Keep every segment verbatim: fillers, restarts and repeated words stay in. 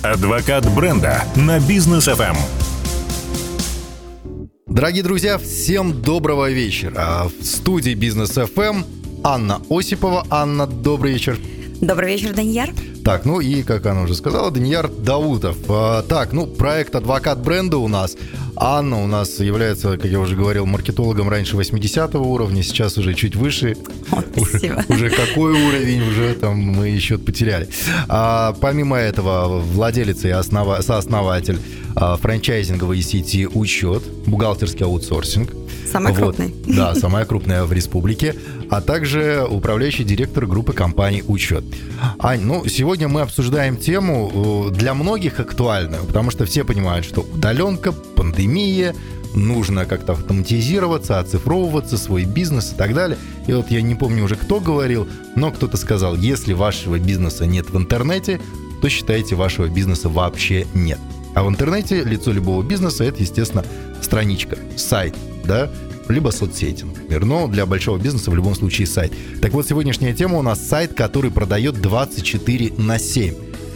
Адвокат бренда на Бизнес эф эм. Дорогие друзья, всем доброго вечера. В студии Бизнес эф эм Анна Осипова. Анна, добрый вечер. Добрый вечер, Данияр. Так, ну и, как Анна уже сказала, Данияр Даутов. А, так, ну, проект «Адвокат бренда» у нас. Анна у нас является, как я уже говорил, маркетологом раньше восьмидесятого уровня, сейчас уже чуть выше. О, спасибо. Уже, уже какой уровень, уже там мы счет потеряли. А, помимо этого, владелец и основа, сооснователь а, франчайзинговой сети «Учет», бухгалтерский аутсорсинг. Самая вот, крупная. Да, самая крупная в республике, а также управляющий директор группы компаний «Учет». Ань, ну, сегодня мы обсуждаем тему для многих актуальную, потому что все понимают, что удаленка, пандемия, нужно как-то автоматизироваться, оцифровываться, свой бизнес и так далее. И вот я не помню уже, кто говорил, но кто-то сказал, если вашего бизнеса нет в интернете, то считайте, вашего бизнеса вообще нет. А в интернете лицо любого бизнеса – это, естественно, страничка, сайт, да, либо соцсети, например. Но для большого бизнеса в любом случае сайт. Так вот, сегодняшняя тема у нас сайт, который продает двадцать четыре на семь.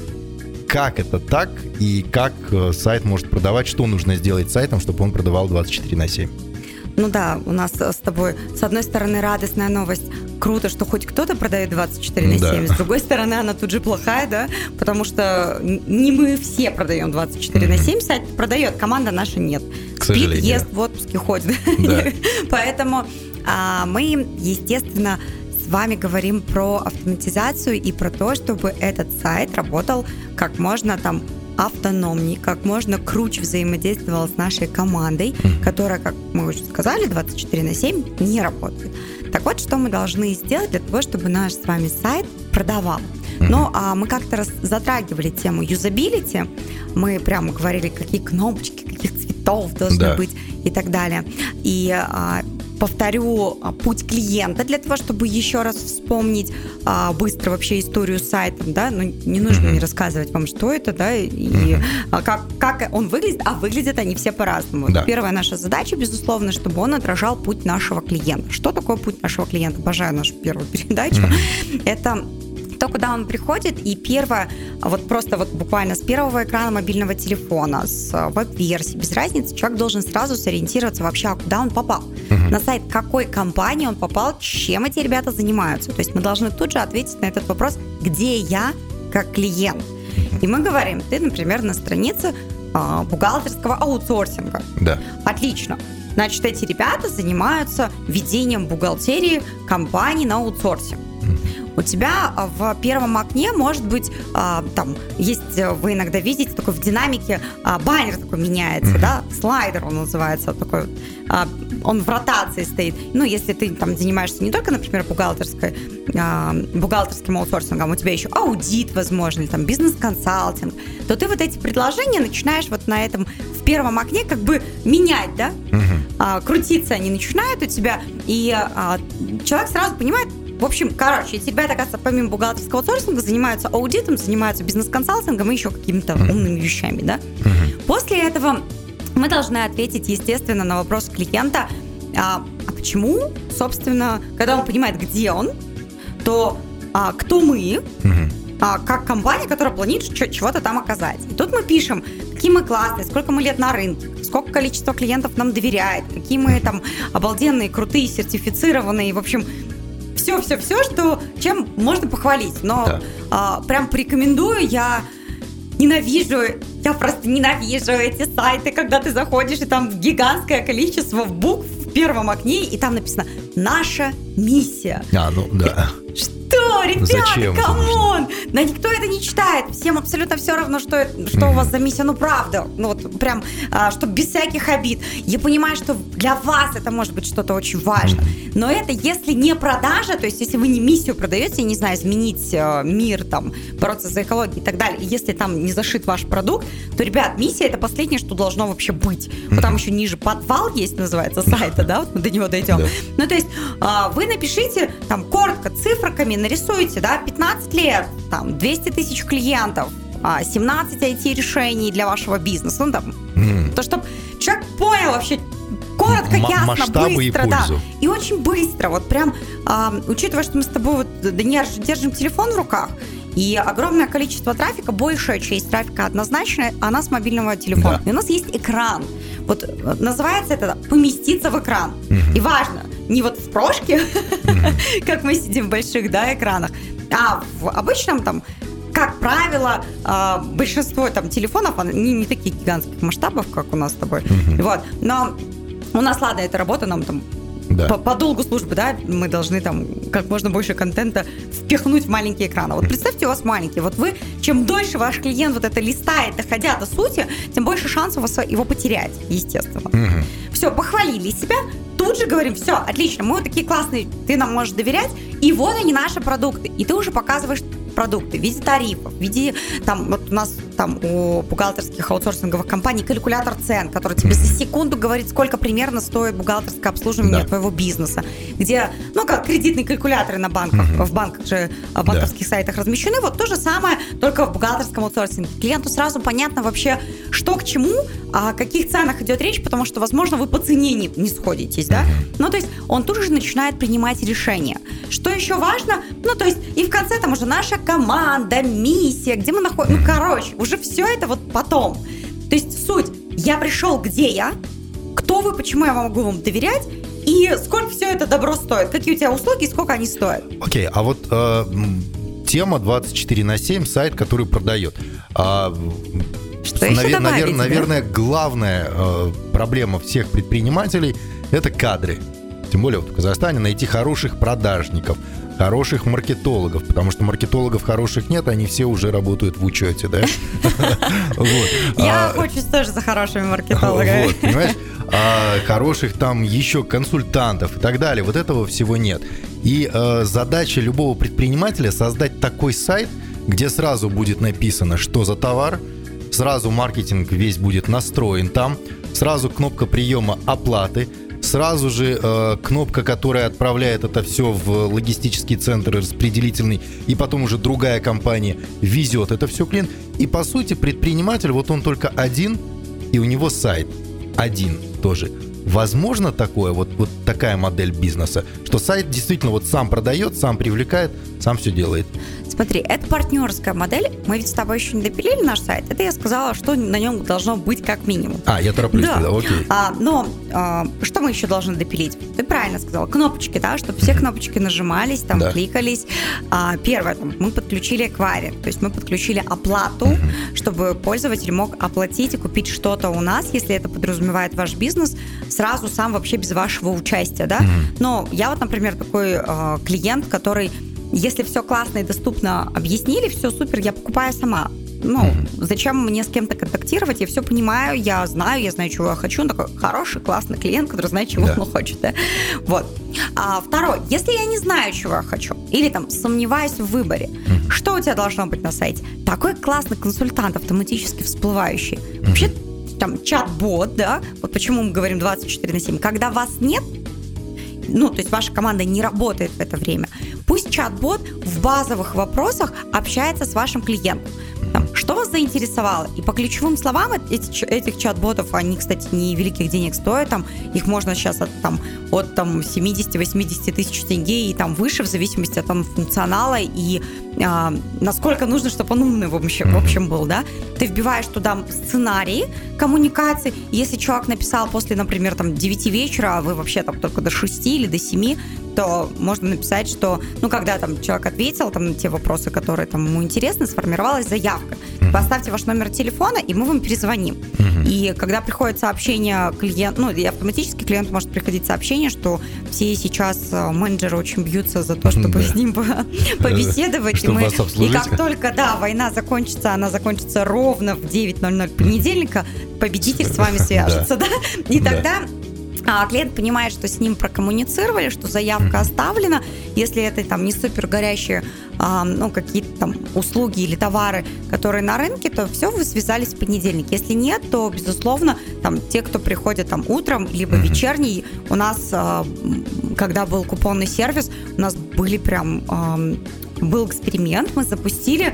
Как это так и как сайт может продавать, что нужно сделать с сайтом, чтобы он продавал двадцать четыре на семь? Ну да, у нас с тобой, с одной стороны, радостная новость. Круто, что хоть кто-то продает двадцать четыре на семь. Да. С другой стороны, она тут же плохая, да, потому что не мы все продаем двадцать четыре mm-hmm. на семь. Сайт продает, команда наша нет. К Спит, сожалению. ест, в отпуске ходит. Да. Поэтому а, мы, естественно, с вами говорим про автоматизацию и про то, чтобы этот сайт работал как можно там автономней, как можно круче взаимодействовал с нашей командой, mm-hmm. которая, как мы уже сказали, двадцать четыре на семь не работает. Так вот, что мы должны сделать для того, чтобы наш с вами сайт продавал. Mm-hmm. Ну, а мы как-то раз затрагивали тему юзабилити, мы прямо говорили, какие кнопочки, каких цветов должны да. быть и так далее. И а, повторю а, путь клиента для того, чтобы еще раз вспомнить а, быстро вообще историю с сайтом, да, ну, не нужно mm-hmm. мне рассказывать вам, что это, да, и mm-hmm. а, как, как он выглядит, а выглядят они все по-разному. Да. Первая наша задача, безусловно, чтобы он отражал путь нашего клиента. Что такое путь нашего клиента? Обожаю нашу первую передачу. Mm-hmm. Это то, куда он приходит, и первое, вот просто вот буквально с первого экрана мобильного телефона, с веб-версии, без разницы, человек должен сразу сориентироваться вообще, а куда он попал. Uh-huh. На сайт какой компании он попал, чем эти ребята занимаются. То есть мы должны тут же ответить на этот вопрос, где я как клиент. Uh-huh. И мы говорим, ты, например, на странице а, бухгалтерского аутсорсинга. Да. Отлично. Значит, эти ребята занимаются ведением бухгалтерии компаний на аутсорсе. У тебя в первом окне, может быть, там есть, вы иногда видите, такой в динамике баннер такой меняется, mm-hmm. да, слайдер он называется, такой, он в ротации стоит. Ну, если ты там занимаешься не только, например, бухгалтерской, бухгалтерским аутсорсингом, у тебя еще аудит, возможно, или там бизнес-консалтинг, то ты вот эти предложения начинаешь вот на этом, в первом окне как бы менять, да, mm-hmm. крутиться они начинают у тебя, и человек сразу понимает. В общем, короче, эти ребята, оказывается, помимо бухгалтерского аутсорсинга занимаются аудитом, занимаются бизнес-консалтингом и еще какими-то mm-hmm. умными вещами, да? Mm-hmm. После этого мы должны ответить, естественно, на вопрос клиента, а, а почему, собственно, когда он понимает, где он, то а, кто мы, mm-hmm. а, как компания, которая планирует чего-то там оказать. И тут мы пишем, какие мы классные, сколько мы лет на рынке, сколько количество клиентов нам доверяет, какие мы там обалденные, крутые, сертифицированные, в общем... Все-все-все, что, чем можно похвалить. Но да. а, прям порекомендую, я ненавижу, я просто ненавижу эти сайты, когда ты заходишь, и там гигантское количество букв в первом окне, и там написано «Наша миссия». А, ну да. Что, ребята, камон! Да никто это не читает. Всем абсолютно все равно, что, это, что mm-hmm. у вас за миссия. Ну, правда. Ну, вот прям, а, чтобы без всяких обид. Я понимаю, что для вас это может быть что-то очень важно. Mm-hmm. Но это если не продажа, то есть если вы не миссию продаете, я не знаю, изменить э, мир, там, бороться за экологию и так далее, и если там не зашит ваш продукт, то, ребят, миссия — это последнее, что должно вообще быть. Mm-hmm. Вот там еще ниже подвал есть, называется, сайта, да, вот мы до него дойдем. Yeah. Ну, то есть э, вы напишите там коротко, цифрами, нарисуйте, да, пятнадцать лет, там, двести тысяч клиентов, семнадцать ай ти-решений для вашего бизнеса. Ну, там, mm. то, чтобы человек понял вообще коротко, М- ясно, масштабы быстро. И да. пользу. И очень быстро. Вот прям, а, учитывая, что мы с тобой, вот, Данияр, держим телефон в руках, И огромное количество трафика, большая часть трафика однозначно, она с мобильного телефона. Да. И у нас есть экран. Вот называется это «поместиться в экран». Угу. И важно, не вот в прошке, угу. как мы сидим в больших, да, экранах, а в обычном там, как правило, большинство там телефонов, они не таких гигантских масштабов, как у нас с тобой. Угу. Вот. Но у нас, ладно, эта работа нам там да. по, по долгу службы, да, мы должны там как можно больше контента впихнуть в маленький экран. Вот представьте, у вас маленький. Вот вы, чем дольше ваш клиент вот это листает, доходя до сути, тем больше шансов у вас его потерять, естественно. Угу. Все, похвалили себя, тут же говорим, все, отлично, мы вот такие классные, ты нам можешь доверять, и вот они наши продукты. И ты уже показываешь продукты в виде тарифов, в виде, там, вот у нас там у бухгалтерских аутсорсинговых компаний калькулятор цен, который тебе за секунду говорит, сколько примерно стоит бухгалтерское обслуживание да. твоего бизнеса, где, ну, как кредитные калькуляторы на банках, uh-huh. в банках же, в банковских да. сайтах размещены, вот то же самое, только в бухгалтерском аутсорсинге. Клиенту сразу понятно вообще, что к чему, о каких ценах идет речь, потому что, возможно, вы по цене не, не сходитесь, да? Uh-huh. Ну, то есть он тут же начинает принимать решения. Что еще важно? Ну, то есть и в конце там уже наша команда, миссия, где мы находимся, ну, короче, уже все это вот потом. То есть суть, я пришел, где я, кто вы, почему я могу вам доверять, и сколько все это добро стоит, какие у тебя услуги и сколько они стоят. Окей, okay, а вот э, тема двадцать четыре на семь, сайт, который продает. А, Что еще навер- добавить, навер- да? Наверное, главная э, проблема всех предпринимателей – это кадры. Тем более вот в Казахстане найти хороших продажников, хороших маркетологов, потому что маркетологов хороших нет, они все уже работают в учете, да? Я охочусь тоже за хорошими маркетологами. Вот, понимаешь? Хороших там еще консультантов и так далее. Вот этого всего нет. И задача любого предпринимателя создать такой сайт, где сразу будет написано, что за товар, сразу маркетинг весь будет настроен там, сразу кнопка приема оплаты, сразу же э, кнопка, которая отправляет это все в логистический центр распределительный, и потом уже другая компания везет это все клиент. И по сути предприниматель, вот он только один, и у него сайт один тоже. Возможно такое, вот, вот такая модель бизнеса, что сайт действительно вот сам продает, сам привлекает, сам все делает. Смотри, это партнерская модель. Мы ведь с тобой еще не допилили наш сайт. Это я сказала, что на нем должно быть как минимум. А, я тороплюсь да. тогда, окей. А, но а, что мы еще должны допилить? Ты правильно сказала, кнопочки, да, чтобы все кнопочки нажимались, там, да. кликались. А, первое, там, мы подключили эквайринг, то есть мы подключили оплату, uh-huh. чтобы пользователь мог оплатить и купить что-то у нас, если это подразумевает ваш бизнес, сразу сам вообще без вашего участия, да. Uh-huh. Но я вот, например, такой а, клиент, который если все классно и доступно объяснили, все супер, я покупаю сама. Ну, mm-hmm. зачем мне с кем-то контактировать? Я все понимаю, я знаю, я знаю, чего я хочу. Он такой хороший, классный клиент, который знает, чего да. он хочет. Да? Вот. А второй, если я не знаю, чего я хочу, или там сомневаюсь в выборе, mm-hmm. что у тебя должно быть на сайте? Такой классный консультант, автоматически всплывающий. Mm-hmm. Вообще, там, чат-бот, да? Вот почему мы говорим двадцать четыре на семь. Когда вас нет, ну, то есть ваша команда не работает в это время, пусть чат-бот в базовых вопросах общается с вашим клиентом. Там, что вас заинтересовало? И по ключевым словам эти, этих чат-ботов, они, кстати, не великих денег стоят, там, их можно сейчас от, там, от там, семьдесят-восемьдесят тысяч тенге и там, выше, в зависимости от там, функционала и а, насколько нужно, чтобы он умный в общем, в общем был. Да? Ты вбиваешь туда сценарии коммуникации, если человек написал после, например, там, девяти вечера, а вы вообще там, только до шести или до семи, то можно написать, что, ну, когда там человек ответил там, на те вопросы, которые там, ему интересны, сформировалась заявка. Mm-hmm. Поставьте ваш номер телефона, и мы вам перезвоним. Mm-hmm. И когда приходит сообщение клиенту, ну, и автоматически клиенту может приходить сообщение, что все сейчас менеджеры очень бьются за то, чтобы mm-hmm. с ним побеседовать. Чтобы вас обслужить. И как только, да, война закончится, она закончится ровно в девять ноль ноль понедельника, победитель с вами свяжется, да? И тогда... А клиент понимает, что с ним прокоммуницировали, что заявка mm-hmm. оставлена. Если это там не супер горящие а, ну, какие-то там услуги или товары, которые на рынке, то все, вы связались в понедельник. Если нет, то, безусловно, там, те, кто приходят там, утром, либо mm-hmm. вечерний, у нас, а, когда был купонный сервис, у нас были прям, а, был эксперимент, мы запустили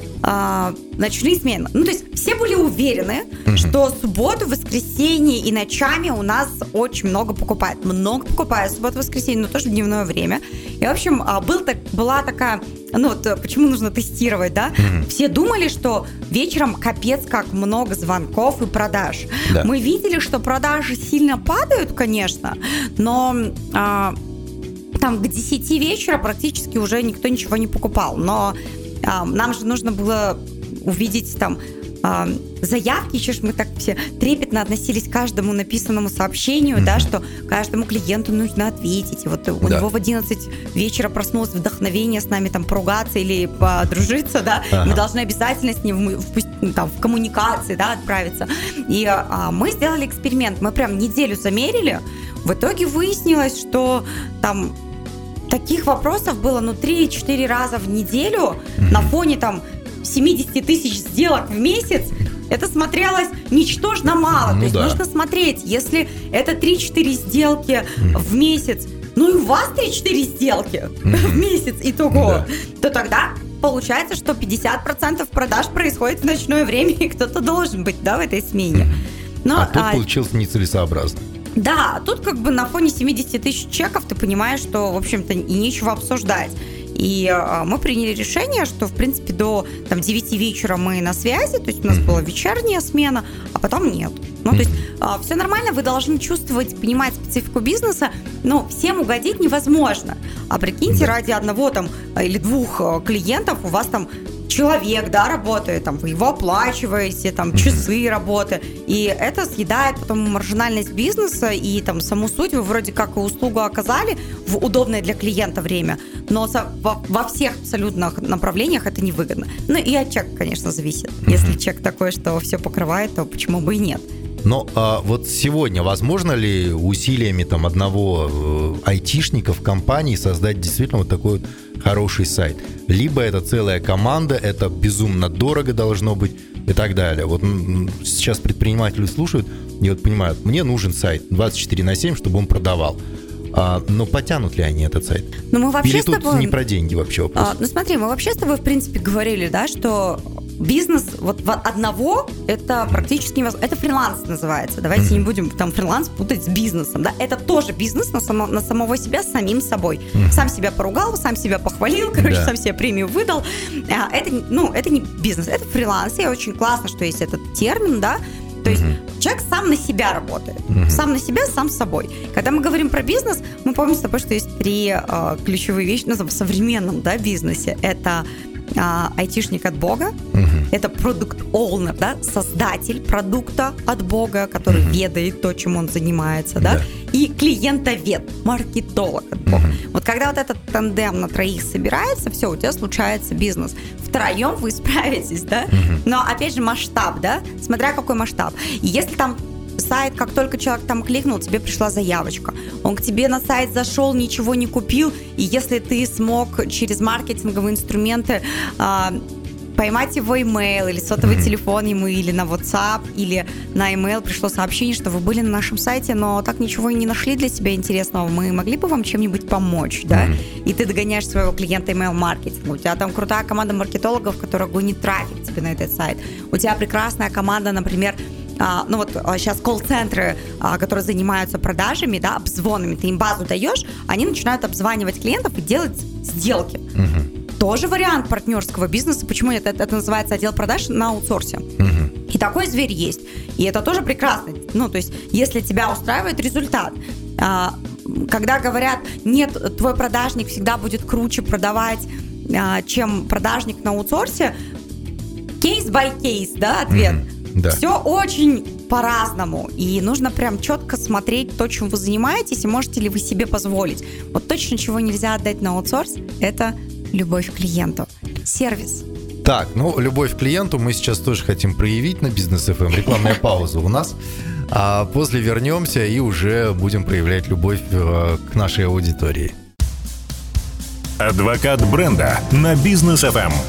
а, ночные смены. Ну, то есть все были уверены, mm-hmm. что субботу, воскресенье и ночами у нас очень много покупают. Много покупают субботу, воскресенье, но тоже в дневное время. И, в общем, был, так, была такая ну вот почему нужно тестировать, да? Mm-hmm. Все думали, что вечером капец как много звонков и продаж. Да. Мы видели, что продажи сильно падают, конечно, но а, там к десяти вечера практически уже никто ничего не покупал. Но а, нам же нужно было увидеть там а, заявки, еще ж мы так все трепетно относились к каждому написанному сообщению, mm-hmm. да, что каждому клиенту нужно ответить. И вот у да. него в одиннадцать вечера проснулось вдохновение с нами там поругаться или подружиться, да, ага. мы должны обязательно с ним в, там, в коммуникации, да, отправиться. И а, мы сделали эксперимент, мы прям неделю замерили, в итоге выяснилось, что там таких вопросов было, ну, три-четыре раза в неделю mm-hmm. на фоне там семьдесят тысяч сделок в месяц, это смотрелось ничтожно мало. Ну, то есть да. нужно смотреть, если это три-четыре сделки mm. в месяц, ну и у вас три-четыре сделки mm-hmm. в месяц итого, да. то тогда получается, что пятьдесят процентов продаж происходит в ночное время, и кто-то должен быть, да, в этой смене. Mm-hmm. Но, а тут а, получилось нецелесообразно. Да, тут как бы на фоне семьдесят тысяч чеков ты понимаешь, что, в общем-то, и нечего обсуждать. И э, мы приняли решение, что, в принципе, до там, девяти вечера мы на связи, то есть у нас была вечерняя смена, а потом нет. Ну, то есть э, все нормально, вы должны чувствовать, понимать специфику бизнеса, но всем угодить невозможно. А прикиньте, да. ради одного там или двух э, клиентов у вас там человек, да, работает, там, вы его оплачиваете, там, часы работы, и это съедает потом маржинальность бизнеса и там саму суть, вы вроде как и услугу оказали в удобное для клиента время, но со, во, во всех абсолютно направлениях это невыгодно. Ну и от чека, конечно, зависит. Mm-hmm. Если чек такой, что все покрывает, то почему бы и нет. Но а, вот сегодня возможно ли усилиями там одного э, айтишника в компании создать действительно вот такой вот хороший сайт? Либо это целая команда, это безумно дорого должно быть и так далее. Вот сейчас предприниматели слушают и вот понимают, мне нужен сайт двадцать четыре на семь, чтобы он продавал. А, но потянут ли они этот сайт? Ну, мы вообще Или с тут тобой... не про деньги вообще вопрос? А, ну смотри, мы вообще с тобой в принципе говорили, да, что бизнес вот одного это практически невозможно. Это фриланс называется. Давайте mm-hmm. не будем там фриланс путать с бизнесом. Да? Это тоже бизнес на, само, на самого себя с самим собой. Mm-hmm. Сам себя поругал, сам себя похвалил, короче, да. сам себе премию выдал. Это, ну, это не бизнес, это фриланс. И очень классно, что есть этот термин, да. То есть uh-huh. человек сам на себя работает. Uh-huh. Сам на себя, сам с собой. Когда мы говорим про бизнес, мы помним с тобой, что есть три э, ключевые вещи ну, в современном да, бизнесе. Это э, айтишник от Бога, uh-huh. это продукт-оунер, да, создатель продукта от Бога, который uh-huh. ведает то, чем он занимается, да, uh-huh. и клиентовед, маркетолог от Бога. Uh-huh. Вот когда вот этот тандем на троих собирается, все, у тебя случается бизнес. Втроем вы справитесь, да? Uh-huh. Но, опять же, масштаб, да? Смотря какой масштаб. И если там сайт, как только человек там кликнул, тебе пришла заявочка. Он к тебе на сайт зашел, ничего не купил, и если ты смог через маркетинговые инструменты а, поймать его имейл или сотовый mm-hmm. телефон ему, или на WhatsApp, или на имейл пришло сообщение, что вы были на нашем сайте, но так ничего и не нашли для себя интересного, мы могли бы вам чем-нибудь помочь, да? Mm-hmm. И ты догоняешь своего клиента имейл-маркетинга. У тебя там крутая команда маркетологов, которая гонит трафик тебе на этот сайт. У тебя прекрасная команда, например, а, ну вот а, сейчас колл-центры, а, которые занимаются продажами, да, обзвонами, ты им базу даешь, они начинают обзванивать клиентов и делать сделки. Mm-hmm. Тоже вариант партнерского бизнеса. Почему нет? Это, это называется отдел продаж на аутсорсе. Uh-huh. И такой зверь есть. И это тоже прекрасно. Ну, то есть, если тебя устраивает результат. А, когда говорят, нет, твой продажник всегда будет круче продавать, а, чем продажник на аутсорсе, кейс-бай-кейс, да, ответ. Uh-huh. Да. Все очень по-разному. И нужно прям четко смотреть то, чем вы занимаетесь, и можете ли вы себе позволить. Вот точно чего нельзя отдать на аутсорс, это любовь к клиенту. Сервис. Так, ну, любовь к клиенту мы сейчас тоже хотим проявить на Бизнес эф эм. Рекламная пауза у нас. А после вернемся и уже будем проявлять любовь к нашей аудитории. Адвокат бренда на Бизнес эф эм.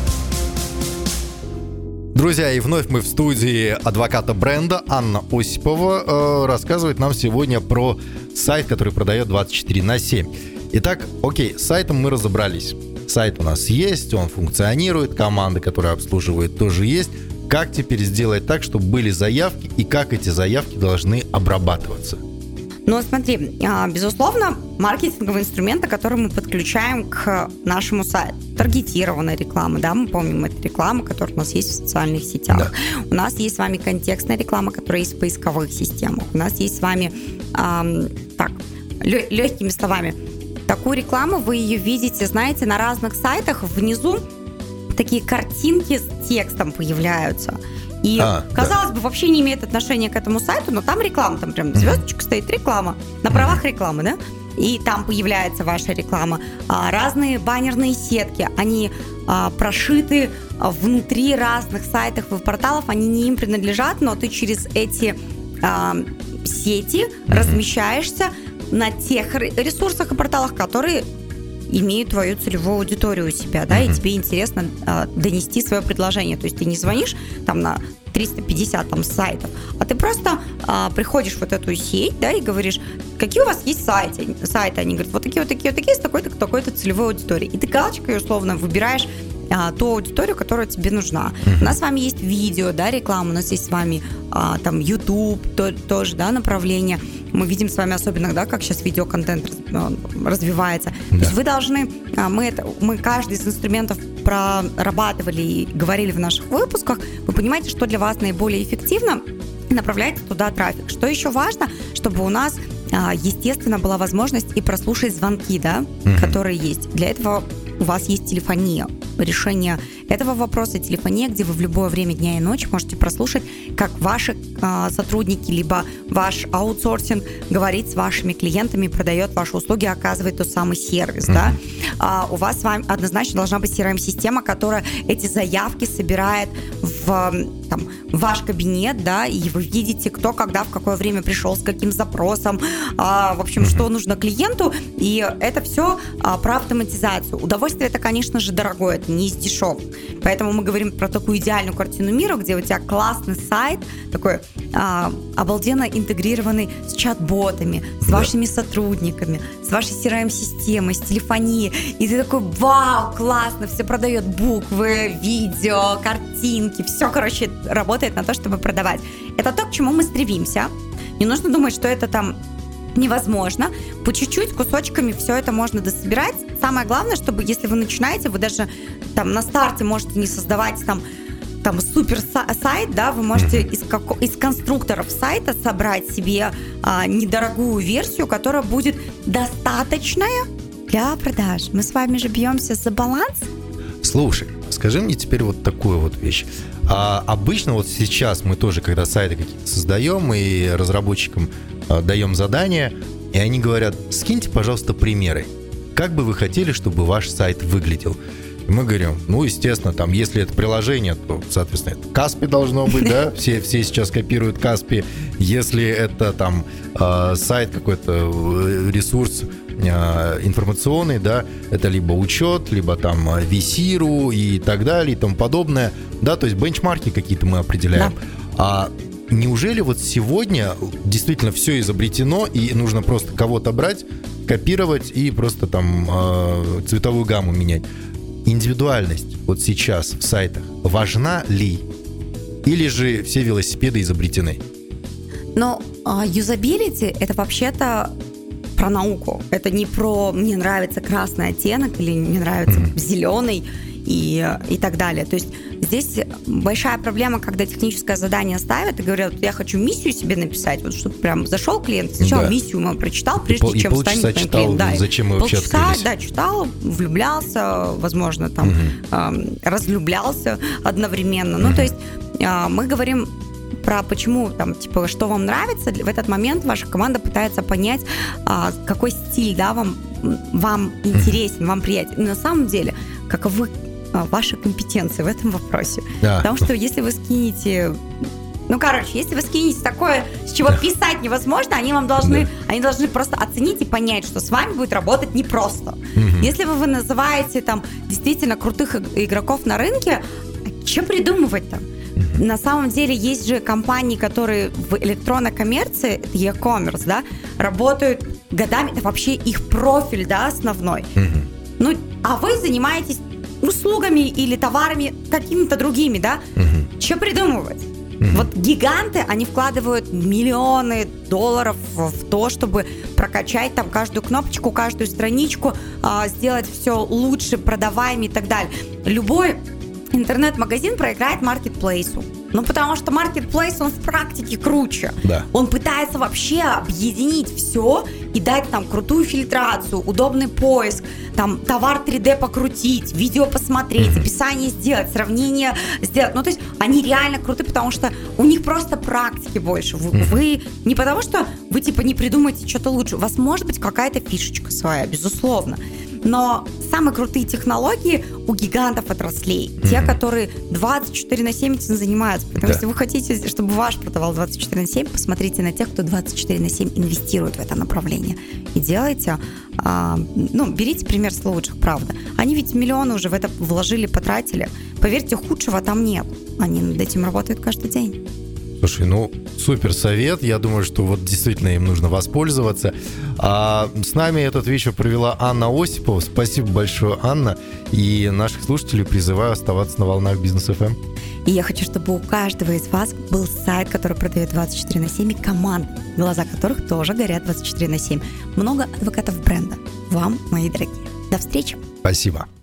Друзья, и вновь мы в студии адвоката бренда. Анна Осипова э, рассказывает нам сегодня про сайт, который продает двадцать четыре на семь. Итак, окей, с сайтом мы разобрались. Сайт у нас есть, он функционирует, команда, которая обслуживает, тоже есть. Как теперь сделать так, чтобы были заявки, и как эти заявки должны обрабатываться? Ну, смотри, безусловно, маркетинговые инструменты, которые мы подключаем к нашему сайту. Таргетированная реклама, да, мы помним, это реклама, которая у нас есть в социальных сетях. Да. У нас есть с вами контекстная реклама, которая есть в поисковых системах. У нас есть с вами, эм, так, лё- легкими словами, такую рекламу вы ее видите, знаете, на разных сайтах внизу такие картинки с текстом появляются. И, а, казалось да. бы, вообще не имеет отношения к этому сайту, но там реклама, там прям звездочка стоит, реклама, на правах рекламы, да? И там появляется ваша реклама. А, разные баннерные сетки, они а, прошиты внутри разных сайтов и порталов, они не им принадлежат, но ты через эти а, сети mm-hmm. размещаешься на тех ресурсах и порталах, которые имеют твою целевую аудиторию у себя, да, mm-hmm. и тебе интересно а, донести свое предложение. То есть ты не звонишь там на триста пятьдесят там сайтов, а ты просто а, приходишь в вот эту сеть, да, и говоришь, какие у вас есть сайты, сайты, они говорят, вот такие, вот такие, вот такие, с такой-то, такой-то целевой аудиторией. И ты галочкой условно выбираешь а, ту аудиторию, которая тебе нужна. Mm-hmm. У нас с вами есть видео, да, реклама, у нас есть с вами а, там YouTube, то, тоже, да, направление. Мы видим с вами особенно, да, как сейчас видеоконтент развивается. Да. То есть вы должны, мы, это, мы каждый из инструментов прорабатывали и говорили в наших выпусках, вы понимаете, что для вас наиболее эффективно, направляйте туда трафик. Что еще важно, чтобы у нас, естественно, была возможность и прослушать звонки, да, mm-hmm. которые есть. Для этого у вас есть телефония. Решение этого вопроса телефония, где вы в любое время дня и ночи можете прослушать, как ваши э, сотрудники, либо ваш аутсорсинг говорит с вашими клиентами, продает ваши услуги, оказывает тот самый сервис. Mm-hmm. Да? А, у вас с вами однозначно должна быть си ар эм-система, которая эти заявки собирает в, там, в ваш кабинет, да, и вы видите, кто, когда, в какое время пришел, с каким запросом, а, в общем, mm-hmm. что нужно клиенту, и это все а, про автоматизацию. Удовольствие это, конечно же, дорогое, это не из дешевых. Поэтому мы говорим про такую идеальную картину мира, где у тебя классный сайт, такой а, обалденно интегрированный с чат-ботами, с да. вашими сотрудниками, с вашей си ар эм-системой, с телефонией. И ты такой, вау, классно, все продает буквы, видео, картинки, все, короче, работает на то, чтобы продавать. Это то, к чему мы стремимся. Не нужно думать, что это там невозможно. По чуть-чуть, кусочками все это можно дособирать. Самое главное, чтобы, если вы начинаете, вы даже там на старте можете не создавать там, там супер сайт, да, вы можете из, како- из конструкторов сайта собрать себе а, недорогую версию, которая будет достаточная для продаж. Мы с вами же бьемся за баланс. Слушай, скажи мне теперь вот такую вот вещь. А обычно вот сейчас мы тоже, когда сайты какие-то создаем и разработчикам а, даем задания, и они говорят, скиньте, пожалуйста, примеры. Как бы вы хотели, чтобы ваш сайт выглядел? И мы говорим, ну, естественно, там, если это приложение, то, соответственно, это Каспи должно быть, да? Все, все сейчас копируют Каспи. Если это там э, сайт какой-то, ресурс э, информационный, да, это либо учет, либо там Висиру и так далее, и тому подобное. Да, то есть бенчмарки какие-то мы определяем. Да. А неужели вот сегодня действительно все изобретено, и нужно просто кого-то брать, копировать и просто там э, цветовую гамму менять? Индивидуальность вот сейчас в сайтах важна ли? Или же все велосипеды изобретены? Но юзабилити uh, это вообще-то про науку. Это не про «мне нравится красный оттенок» или «мне нравится mm-hmm. зеленый» и, и так далее. То есть здесь большая проблема, когда техническое задание ставят и говорят, я хочу миссию себе написать, вот чтобы прям зашел клиент, сначала да. миссию ему прочитал, прежде и, чем и станет моим клиентом. Да, зачем мы вообще полчаса, открылись? Да, читал, влюблялся, возможно, там, угу. э, разлюблялся одновременно. Угу. Ну, то есть э, мы говорим про почему, там, типа, что вам нравится. В этот момент ваша команда пытается понять, а, какой стиль, да, вам, вам интересен, вам приятен. И на самом деле, каковы а, ваши компетенции в этом вопросе. Да. Потому что если вы скинете... Ну, короче, если вы скинете такое, с чего писать невозможно, они вам должны, да. они должны просто оценить и понять, что с вами будет работать непросто. Угу. Если вы, вы называете там действительно крутых игроков на рынке, что придумывать-то? Угу. На самом деле есть же компании, которые в электронной коммерции, это e-commerce, да, работают годами, это вообще их профиль, да, основной. Угу. Ну, а вы занимаетесь услугами или товарами какими-то другими, да? Угу. Что придумывать? Mm-hmm. Вот гиганты, они вкладывают миллионы долларов в то, чтобы прокачать там каждую кнопочку, каждую страничку, сделать все лучше, продаваемым и так далее. Любой интернет-магазин проиграет маркетплейсу. Ну, потому что маркетплейс, он в практике круче. Да. Он пытается вообще объединить все и дать там крутую фильтрацию, удобный поиск, там товар три дэ покрутить, видео посмотреть, mm-hmm. описание сделать, сравнение сделать. Ну, то есть они реально круты, потому что у них просто практики больше. Вы, mm-hmm. вы не потому, что вы типа не придумаете что-то лучше. У вас может быть какая-то фишечка своя, безусловно. Но самые крутые технологии у гигантов отраслей. Mm-hmm. Те, которые двадцать четыре на семь этим занимаются. Потому да. что если вы хотите, чтобы ваш продавал двадцать четыре на семь, посмотрите на тех, кто двадцать четыре на семь инвестирует в это направление. И делайте, а, ну, берите пример с лучших, правда. Они ведь миллионы уже в это вложили, потратили. Поверьте, худшего там нет. Они над этим работают каждый день. Слушай, ну, супер совет. Я думаю, что вот действительно им нужно воспользоваться. А с нами этот вечер провела Анна Осипова. Спасибо большое, Анна. И наших слушателей призываю оставаться на волнах Бизнес эф эм. И я хочу, чтобы у каждого из вас был сайт, который продает двадцать четыре на семь, и команд, глаза которых тоже горят двадцать четыре на семь. Много адвокатов бренда. Вам, мои дорогие. До встречи. Спасибо.